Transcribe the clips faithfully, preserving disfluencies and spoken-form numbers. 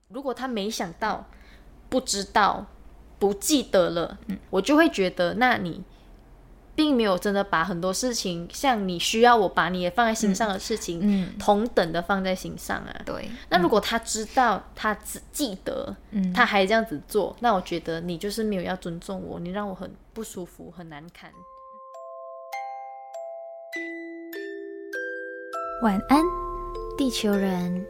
如果他没想到、不知道、不记得了、嗯、我就会觉得那你并没有真的把很多事情像你需要我把你也放在心上的事情、嗯、同等的放在心上啊。 对， 那如果他知道、他记得、嗯、他还这样子做，那我觉得你就是没有要尊重我，你让我很不舒服，很难堪。 晚安，地球人。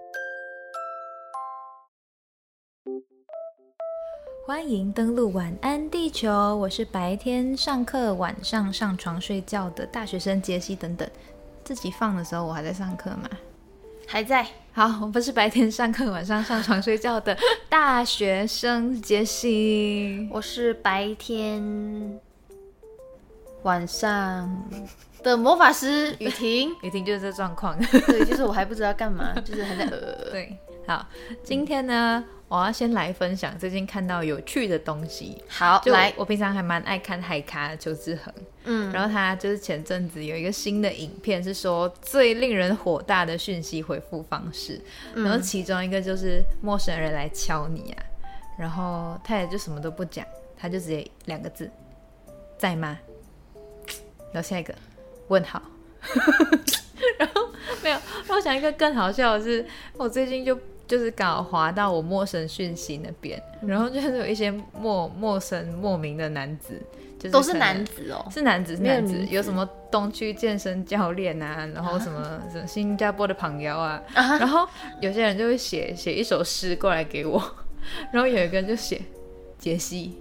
欢迎登录晚安地球，我是白天上课晚上上床睡觉的大学生杰西等等。自己放的时候我还在上课吗？ 还在。 好，我不是白天上课晚上上床睡觉的大学生杰西， 我是白天晚上的魔法师雨婷。 雨婷就是这状况。 对，就是我还不知道干嘛，就是还在呃。 对，好，今天呢、嗯我要先来分享最近看到有趣的东西。 好，来， 我平常还蛮爱看海咖邱志恒，嗯，然后他就是前阵子有一个新的影片，是说最令人火大的讯息回复方式、嗯，然后其中一个就是陌生人来敲你啊，然后他也就什么都不讲，他就直接两个字，在吗？然后下一个问号。然后没有，我想一个更好笑的是，我最近就就是刚好滑到我陌生讯息那边、嗯、然后就是有一些陌陌生莫名的男子，就是都是男子哦， 是男子是男子，有什么东区健身教练啊，然后什么、啊、什么新加坡的朋友啊，啊然后有些人就会写写一首诗过来给我，然后有一个人就写杰西，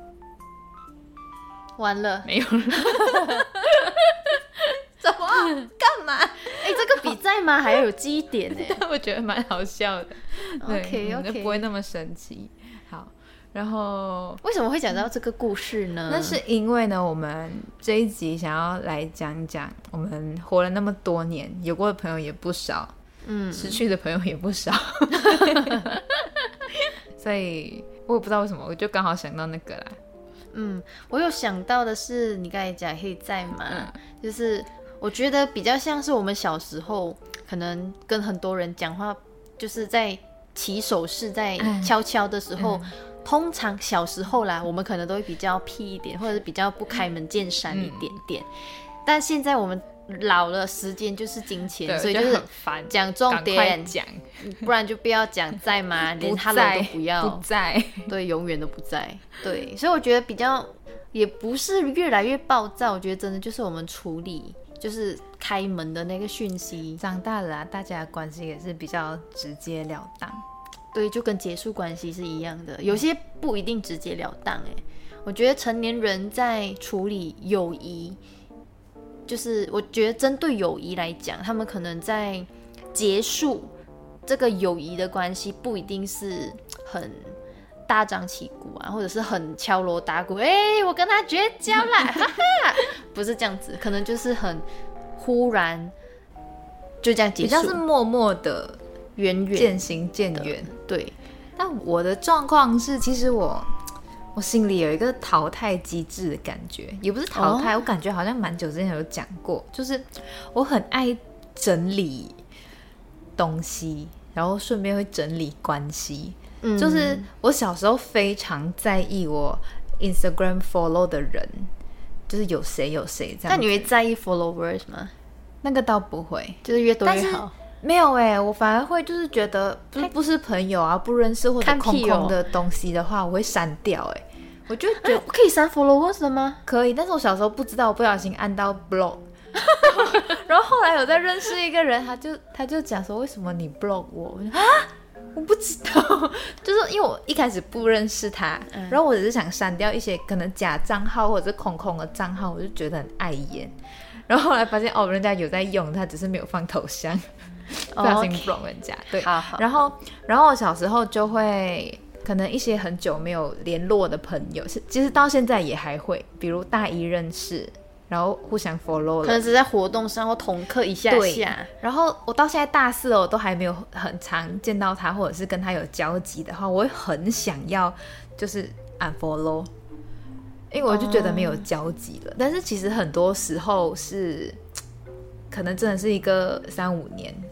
完了没有了。怎么干嘛？ 哎、欸，这个比在吗还要有记忆点呢？ 但我觉得蛮好笑的。 OK OK， 就不会那么神奇。好，然后为什么会讲到这个故事呢？ 那是因为呢，我们这一集想要来讲讲，我们活了那么多年，有过的朋友也不少，嗯，失去的朋友也不少，所以我也不知道为什么，我就刚好想到那个啦。 嗯，我有想到的是，你刚才讲可以在吗？嗯、就是。我觉得比较像是我们小时候可能跟很多人讲话，就是在起手势在悄悄的时候、嗯、通常小时候啦我们可能都会比较屁一点，或者是比较不开门见山一点点、嗯、但现在我们老了，时间就是金钱，所以就是讲重点，不然就不要讲在吗连 hello 都不要， 不在， 对，永远都不在。对，所以我觉得比较也不是越来越暴躁，我觉得真的就是我们处理就是开门的那个讯息， 长大了啊，大家的关系也是比较直截了当。 对，就跟结束关系是一样的，有些不一定直截了当、欸、我觉得成年人在处理友谊，就是我觉得针对友谊来讲，他们可能在结束这个友谊的关系不一定是很大张旗鼓啊，或者是很敲锣打鼓，哎、欸，我跟他绝交啦，哈哈，不是这样子，可能就是很忽然就这样结束， 比较是默默的、 远远渐行渐远。 对， 但我的状况是，其实我我心里有一个淘汰机制的感觉，也不是淘汰，哦、我感觉好像蛮久之前有讲过，就是我很爱整理东西，然后顺便会整理关系。嗯、就是我小时候非常在意我 Instagram follow 的人，就是有谁有谁这样子。 那你会在意 followers 吗？ 那个倒不会， 就是越多越好。 没有哎、欸，我反而会就是觉得不是不是朋友啊，不认识或者空空的东西的话，我会删掉哎、欸。我就觉得、 啊、可以删 followers 的吗？ 可以，但是我小时候不知道，我不小心按到 block。然后后来有在认识一个人，他就他就讲说，为什么你 block 我？我就啊，我不知道，就是因为我一开始不认识他，嗯、然后我只是想删掉一些可能假账号或者是空空的账号，我就觉得很碍眼。然后后来发现哦，人家有在用，他只是没有放头像，不小心 block 人家。对， 好好。 然后然后我小时候就会可能一些很久没有联络的朋友，其实到现在也还会，比如大一认识。然后互相 follow 了， 可能只在活动上或同课一下下。 然后我到现在大四了，我都还没有很常见到他，或者是跟他有交集的话，我会很想要就是 unfollow， 因为我就觉得没有交集了。哦、但是其实很多时候是可能真的是一个三五年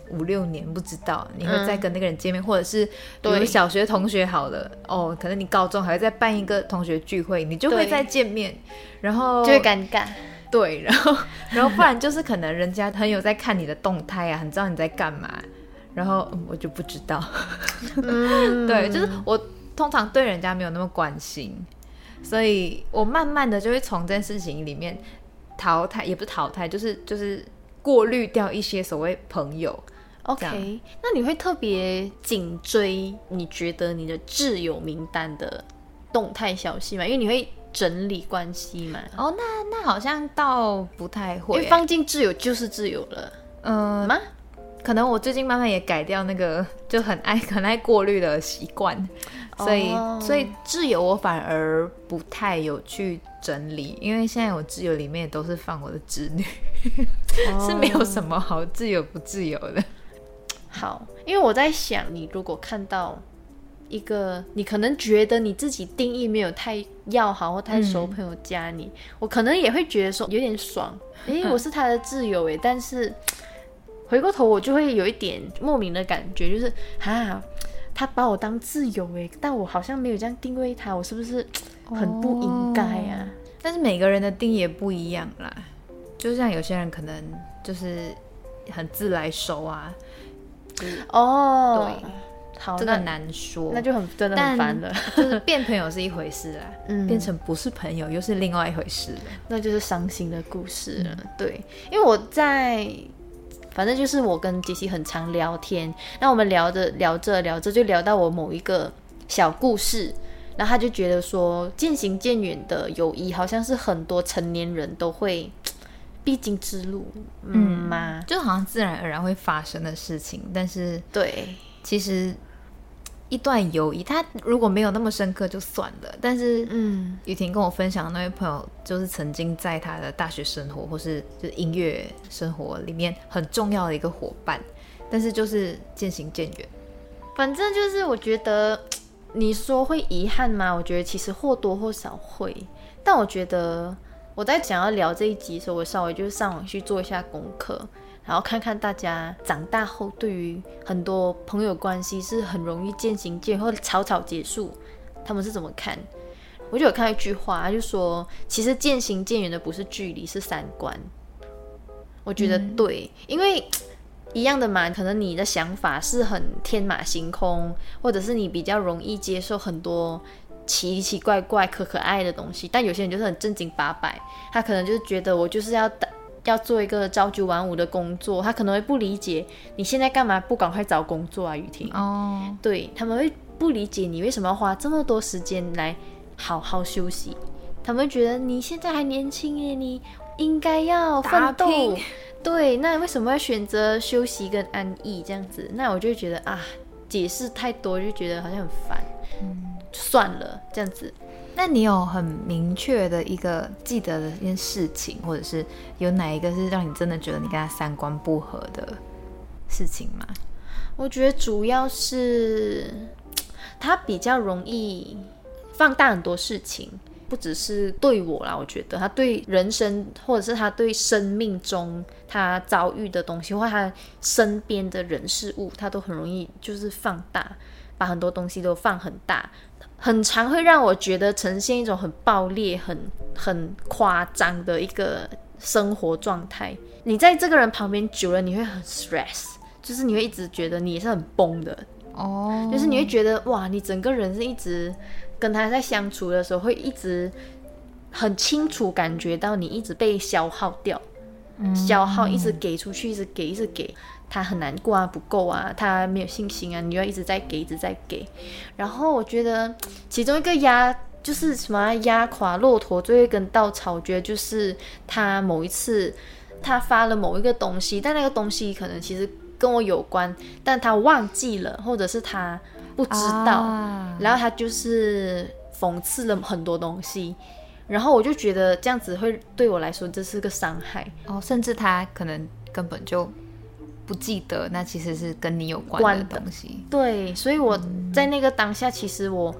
五六年不知道你会再跟那个人见面、嗯、或者是比如小学同学好了哦，可能你高中还会再办一个同学聚会，你就会再见面，然后就会尴尬。 对，然后然后不然就是可能人家很有在看你的动态啊，很知道你在干嘛，然后、嗯、我就不知道。嗯、对，就是我通常对人家没有那么关心，所以我慢慢的就会从这件事情里面淘汰，也不是淘汰，就是就是过滤掉一些所谓朋友。 OK， 那你会特别紧追你觉得你的挚友名单的动态消息吗？因为你会整理关系嘛。 哦，那那好像倒不太会， 因为放进挚友就是挚友了。嗯、呃、吗？ 可能我最近慢慢也改掉那个就很爱很爱过滤的习惯，所以、oh. 所以挚友我反而不太有去整理，因为现在我挚友里面都是放我的侄女。oh. 是没有什么好挚友不挚友的。 好，因为我在想，你如果看到一个你可能觉得你自己定义没有太要好或太熟朋友加你、嗯、我可能也会觉得说有点爽，诶、嗯、我是他的挚友诶，但是回过头我就会有一点莫名的感觉，就是哈，他把我当挚友诶，但我好像没有这样定位他，我是不是很不应该啊、哦、 但是每个人的定义也不一样啦，就像有些人可能就是很自来熟啊， 哦， 对，好，这个难说， 那就很真的很烦了。 就是变朋友是一回事啦，嗯，变成不是朋友又是另外一回事了， 那就是伤心的故事了。嗯、对，因为我在，反正就是我跟杰西很常聊天，那我们聊着聊着聊着就聊到我某一个小故事，然后他就觉得说，渐行渐远的友谊好像是很多成年人都会必经之路，嗯吗？ 就好像自然而然会发生的事情，但是对， 其实一段友谊它如果没有那么深刻就算了，但是嗯，雨婷跟我分享的那位朋友就是曾经在他的大学生活或是就是音乐生活里面很重要的一个伙伴，但是就是渐行渐远。 反正就是我觉得你说会遗憾吗？我觉得其实或多或少会，但我觉得我在想要聊这一集的时候，我稍微就是上网去做一下功课，然后看看大家长大后对于很多朋友关系是很容易渐行渐远或者草草结束，他们是怎么看。我就有看到一句话，他就说其实渐行渐远的不是距离，是三观。我觉得对、嗯、因为一样的嘛，可能你的想法是很天马行空，或者是你比较容易接受很多奇奇怪怪可可爱的东西，但有些人就是很正经八百，他可能就是觉得我就是要要做一个朝九晚五的工作，他可能会不理解你现在干嘛不赶快找工作啊，雨婷。哦，对，他们会不理解你为什么要花这么多时间来好好休息，他们会觉得你现在还年轻耶，你应该要奋斗，对，那为什么要选择休息跟安逸这样子？那我就会觉得啊，解释太多就觉得好像很烦，嗯，就算了这样子。 那你有很明确的一个记得的一件事情，或者是有哪一个是让你真的觉得你跟他三观不合的事情吗？ 我觉得主要是他比较容易放大很多事情，不只是对我啦，我觉得他对人生或者是他对生命中他遭遇的东西，或他身边的人事物，他都很容易就是放大，把很多东西都放很大，很常会让我觉得呈现一种很爆裂很很夸张的一个生活状态。你在这个人旁边久了，你会很 stress， 就是你会一直觉得你也是很崩的哦， oh. 就是你会觉得哇，你整个人是一直跟他在相处的时候会一直很清楚感觉到你一直被消耗掉、嗯、消耗，一直给出去，一直给一直给，他很难过啊，不够啊，他没有信心啊，你就要一直在给一直在给。然后我觉得其中一个压就是什么压垮骆驼最后一根稻草，我觉得就是他某一次他发了某一个东西，但那个东西可能其实跟我有关，但他忘记了，或者是他不知道、啊、然后他就是讽刺了很多东西，然后我就觉得这样子会对我来说这是个伤害哦，甚至他可能根本就不记得那其实是跟你有关的东西。 对，所以我在那个当下其实我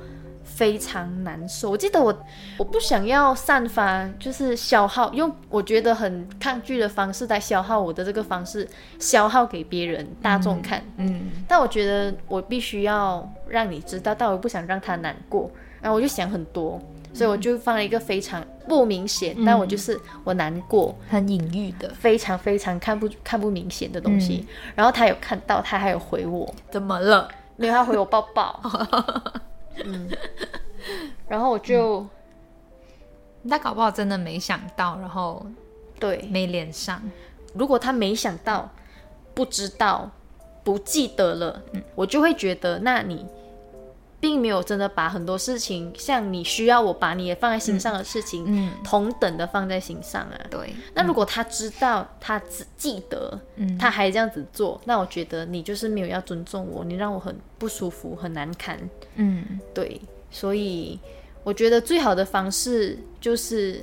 非常难受。我记得我我不想要散发，就是消耗，用我觉得很抗拒的方式来消耗我的这个方式，消耗给别人大众看。嗯，嗯但我觉得我必须要让你知道，但我不想让他难过。然后我就想很多，所以我就放了一个非常不明显，嗯、但我就是我难过， 很隐喻的， 非常非常看不看不明显的东西。嗯、然后他有看到，他还有回我， 怎么了？ 没有，他回我抱抱。嗯，然后我就， 他搞不好真的没想到，然后对没连上。 如果他没想到、不知道、不记得了，嗯、我就会觉得，那你并没有真的把很多事情，像你需要我把你也放在心上的事情，嗯、同等的放在心上啊。 对。 那如果他知道，他只记得，嗯、他还这样子做，那我觉得你就是没有要尊重我，你让我很不舒服，很难堪。嗯，对。所以我觉得最好的方式就是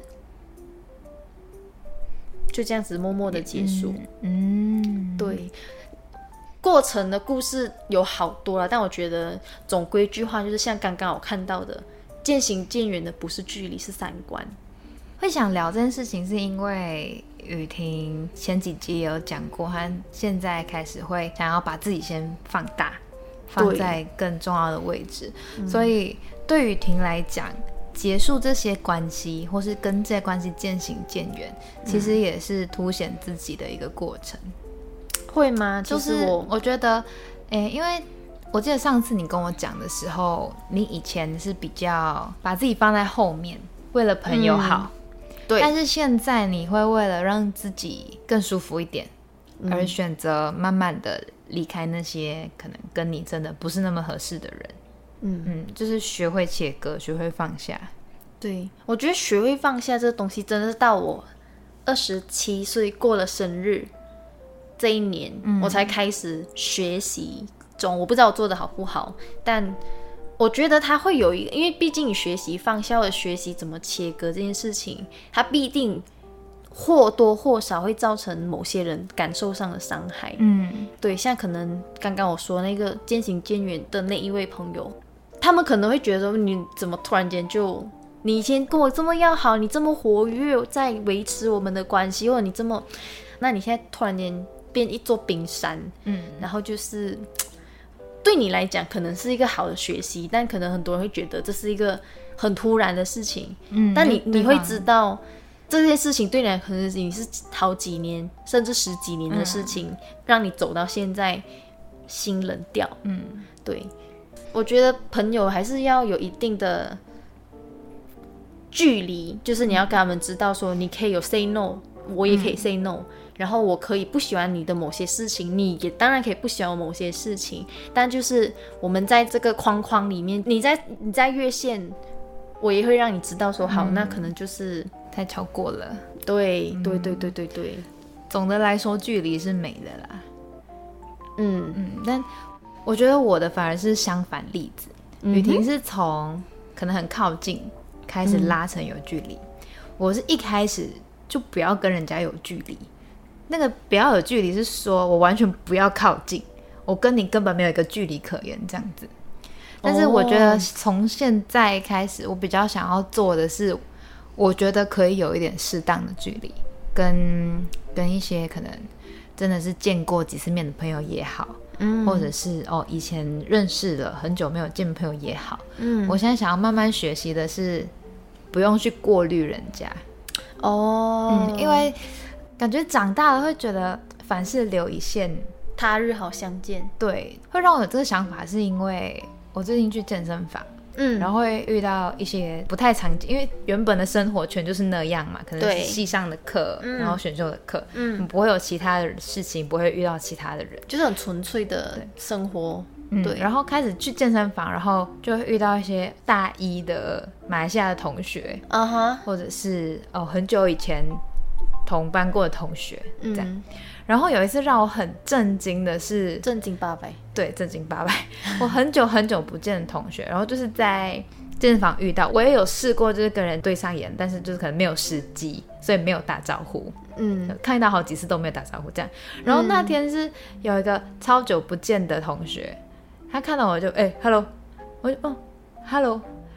就这样子默默的结束。嗯，嗯对。过程的故事有好多了，但我觉得总归一句话就是像刚刚我看到的，渐行渐远的不是距离，是三观。 会想聊这件事情是因为雨婷前几集也有讲过，她现在开始会想要把自己先放大，放在更重要的位置，所以对雨婷来讲，结束这些关系或是跟这些关系渐行渐远，其实也是凸显自己的一个过程。 会吗？ 就是我我觉得，诶，因为我记得上次你跟我讲的时候，你以前是比较把自己放在后面，为了朋友好，嗯、对。但是现在你会为了让自己更舒服一点，嗯、而选择慢慢的离开那些可能跟你真的不是那么合适的人。嗯嗯，就是学会切割，学会放下。 对，我觉得学会放下这个东西，真的是到我二十七岁过了生日。这一年、嗯、我才开始学习中，我不知道我做的好不好，但我觉得它会有一个，因为毕竟你学习放下或者学习怎么切割这件事情，它必定或多或少会造成某些人感受上的伤害。嗯，对，像可能刚刚我说那个渐行渐远的那一位朋友，他们可能会觉得说，你怎么突然间就，你以前跟我这么要好，你这么活跃在维持我们的关系，或者你这么，那你现在突然间变一座冰山，嗯，然后就是对你来讲可能是一个好的学习，但可能很多人会觉得这是一个很突然的事情，嗯，但你你会知道这件事情对你来可能你是好几年甚至十几年的事情，嗯、让你走到现在心冷掉，嗯，对，我觉得朋友还是要有一定的距离，就是你要跟他们知道说你可以有 say no， 我也可以 say no，嗯，然后我可以不喜欢你的某些事情，你也当然可以不喜欢我某些事情，但就是我们在这个框框里面，你在你在越线，我也会让你知道说好，嗯、那可能就是太超过了。 对、嗯、对对对对对， 总的来说距离是美的啦。嗯嗯，但我觉得我的反而是相反例子，嗯、雨婷是从可能很靠近开始拉成有距离，嗯、我是一开始就不要跟人家有距离。那个不要有距离是说我完全不要靠近，我跟你根本没有一个距离可言这样子。但是我觉得从现在开始，我比较想要做的是，我觉得可以有一点适当的距离，跟跟一些可能真的是见过几次面的朋友也好，嗯、或者是哦以前认识了很久没有见的朋友也好，嗯、我现在想要慢慢学习的是不用去过滤人家。哦，嗯，因为感觉长大了会觉得凡事留一线， 他日好相见。 对，会让我有这个想法是因为我最近去健身房，嗯，然后会遇到一些不太常见，因为原本的生活圈就是那样嘛，可能是系上的课，然后选修的课，嗯，不会有其他的事情，不会遇到其他的人， 就是很纯粹的生活。对， 嗯，然后开始去健身房，然后就会遇到一些大一的马来西亚的同学，啊哈，或者是哦很久以前同班过的同学，这样。嗯，然后有一次让我很震惊的是， 震惊八百， 对，震惊八百。我很久很久不见的同学，然后就是在健身房遇到，我也有试过就是跟人对上眼，但是就是可能没有时机，所以没有打招呼。嗯，看到好几次都没有打招呼这样。然后那天是有一个超久不见的同学，他看到我就哎、欸、hello， 我就哦 hello，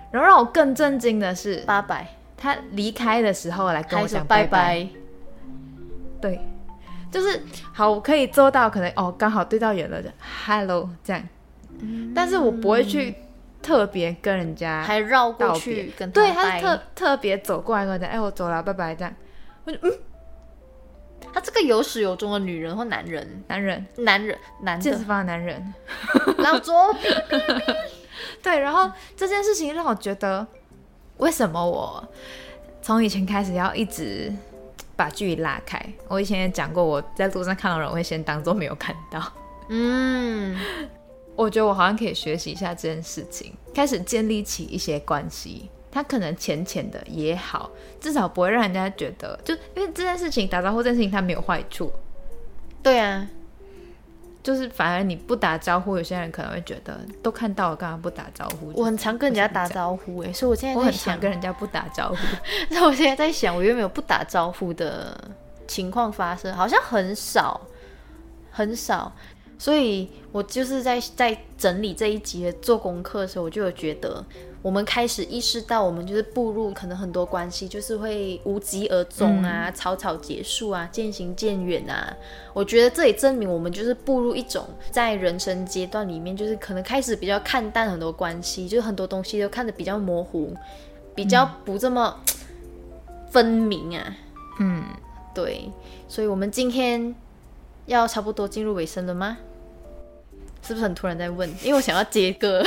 然后让我更震惊的是， 八百， 他离开的时候来跟我讲拜拜拜。对，就是好，我可以做到，可能哦刚好对到眼了就 hello 这样，嗯、但是我不会去特别跟人家还绕过去跟他对，他是特特别走过来跟我讲，哎，我走了，拜拜这样。我就嗯， 他这个有始有终的女人或男人？ 男人， 男人，男的， 健身房的男人， 老左。 对，然后这件事情让我觉得，为什么我从以前开始要一直把距离拉开？我以前也讲过，我在路上看到人，我会先当作没有看到。嗯，我觉得我好像可以学习一下这件事情，开始建立起一些关系。他可能浅浅的也好，至少不会让人家觉得，就因为这件事情打招呼这件事情它没有坏处。 对啊， 就是反而你不打招呼，有些人可能会觉得都看到了干嘛不打招呼。 我很常跟人家打招呼耶，所以我现在在想， 我很常跟人家不打招呼。 那我现在在想，我有没有不打招呼的情况发生？好像很少很少。所以我就是在在整理这一集的做功课的时候，我就有觉得我们开始意识到，我们就是步入可能很多关系就是会无疾而终啊、嗯、草草结束啊，渐行渐远啊。我觉得这也证明我们就是步入一种在人生阶段里面，就是可能开始比较看淡很多关系，就是很多东西都看得比较模糊，比较不这么分明啊。嗯，对，所以我们今天要差不多进入尾声了吗？是不是很突然在问？因为我想要接歌。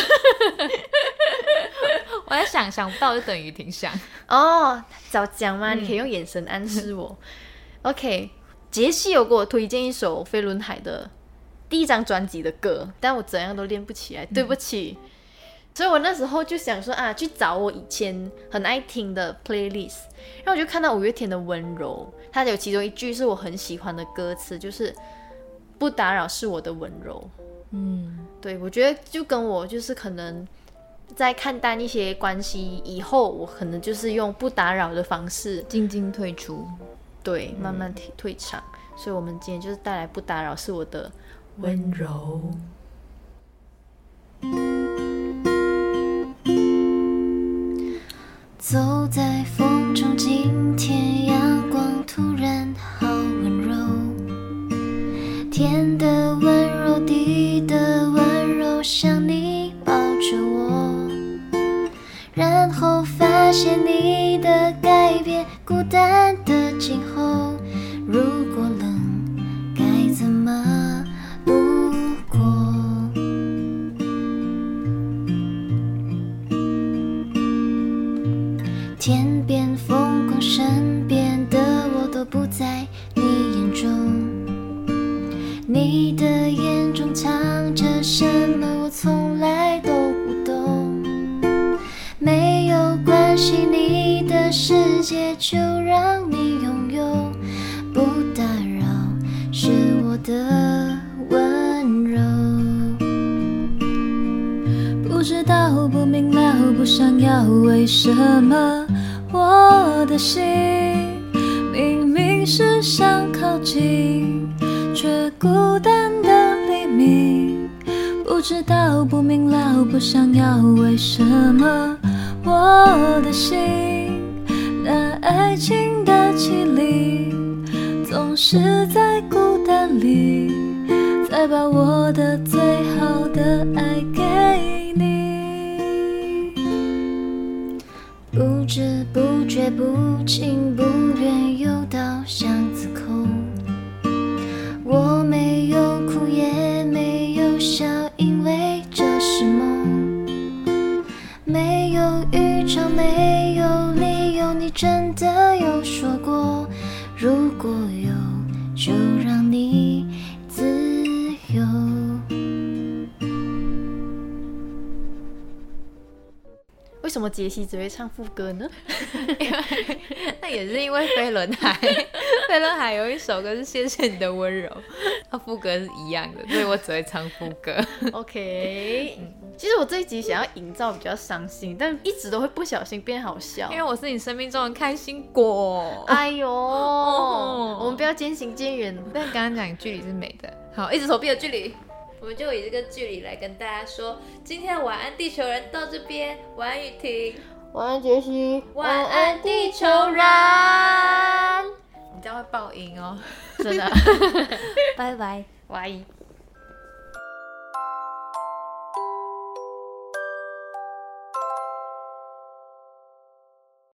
我在想想不到就等于挺想哦，早讲嘛、嗯、你可以用眼神暗示我。OK， 杰西有给我推荐一首飞轮海的第一张专辑的歌，但我怎样都练不起来，对不起、嗯、所以我那时候就想说啊，去找我以前很爱听的 playlist， 然后我就看到五月天的温柔，它有其中一句是我很喜欢的歌词，就是不打扰是我的温柔。嗯，对，我觉得就跟我就是可能在看淡一些关系以后，我可能就是用不打扰的方式静静退出， 对，慢慢退场、嗯、所以我们今天就是带来不打扰是我的温柔。 走在风中，今天阳光突然好温柔，天的温柔，地的温柔，像你抱着我，然后发现你的改变，孤单的今后，如果冷该怎么度过？天边风光，身边的我都不在你眼中，你的眼中藏着什么我从来都不懂，没有关系，你的世界就让你拥有，不打扰是我的温柔，不知道不明了不想要，为什么我的心明明是想靠近，却孤单的黎明，不知道不明了不想要，为什么我的心那爱情的绮丽，总是在孤单里再把我的最好的爱给你，不知不觉不情不愿游到巷子口，我没有哭也没有笑，因为这是梦，没有预兆没有理由，你真的有说过，如果有就让你自由。 为什么杰西只会唱副歌呢？ 因为那也是因为飞轮海，飞轮海有一首歌是谢谢你的温柔，它副歌是一样的，所以我只会唱副歌。 OK，、嗯、其实我这一集想要营造比较伤心，但一直都会不小心变好笑， 因为我是你生命中的开心果。 哎呦，哦、我们不要渐行渐远。 但刚刚讲距离是美的，好，一直手臂的距离。 我们就以这个距离来跟大家说，今天的晚安地球人到这边，晚安雨婷， 晚安杰西， 晚安地球人。你这样会爆音哦， 真的， 拜拜， 拜。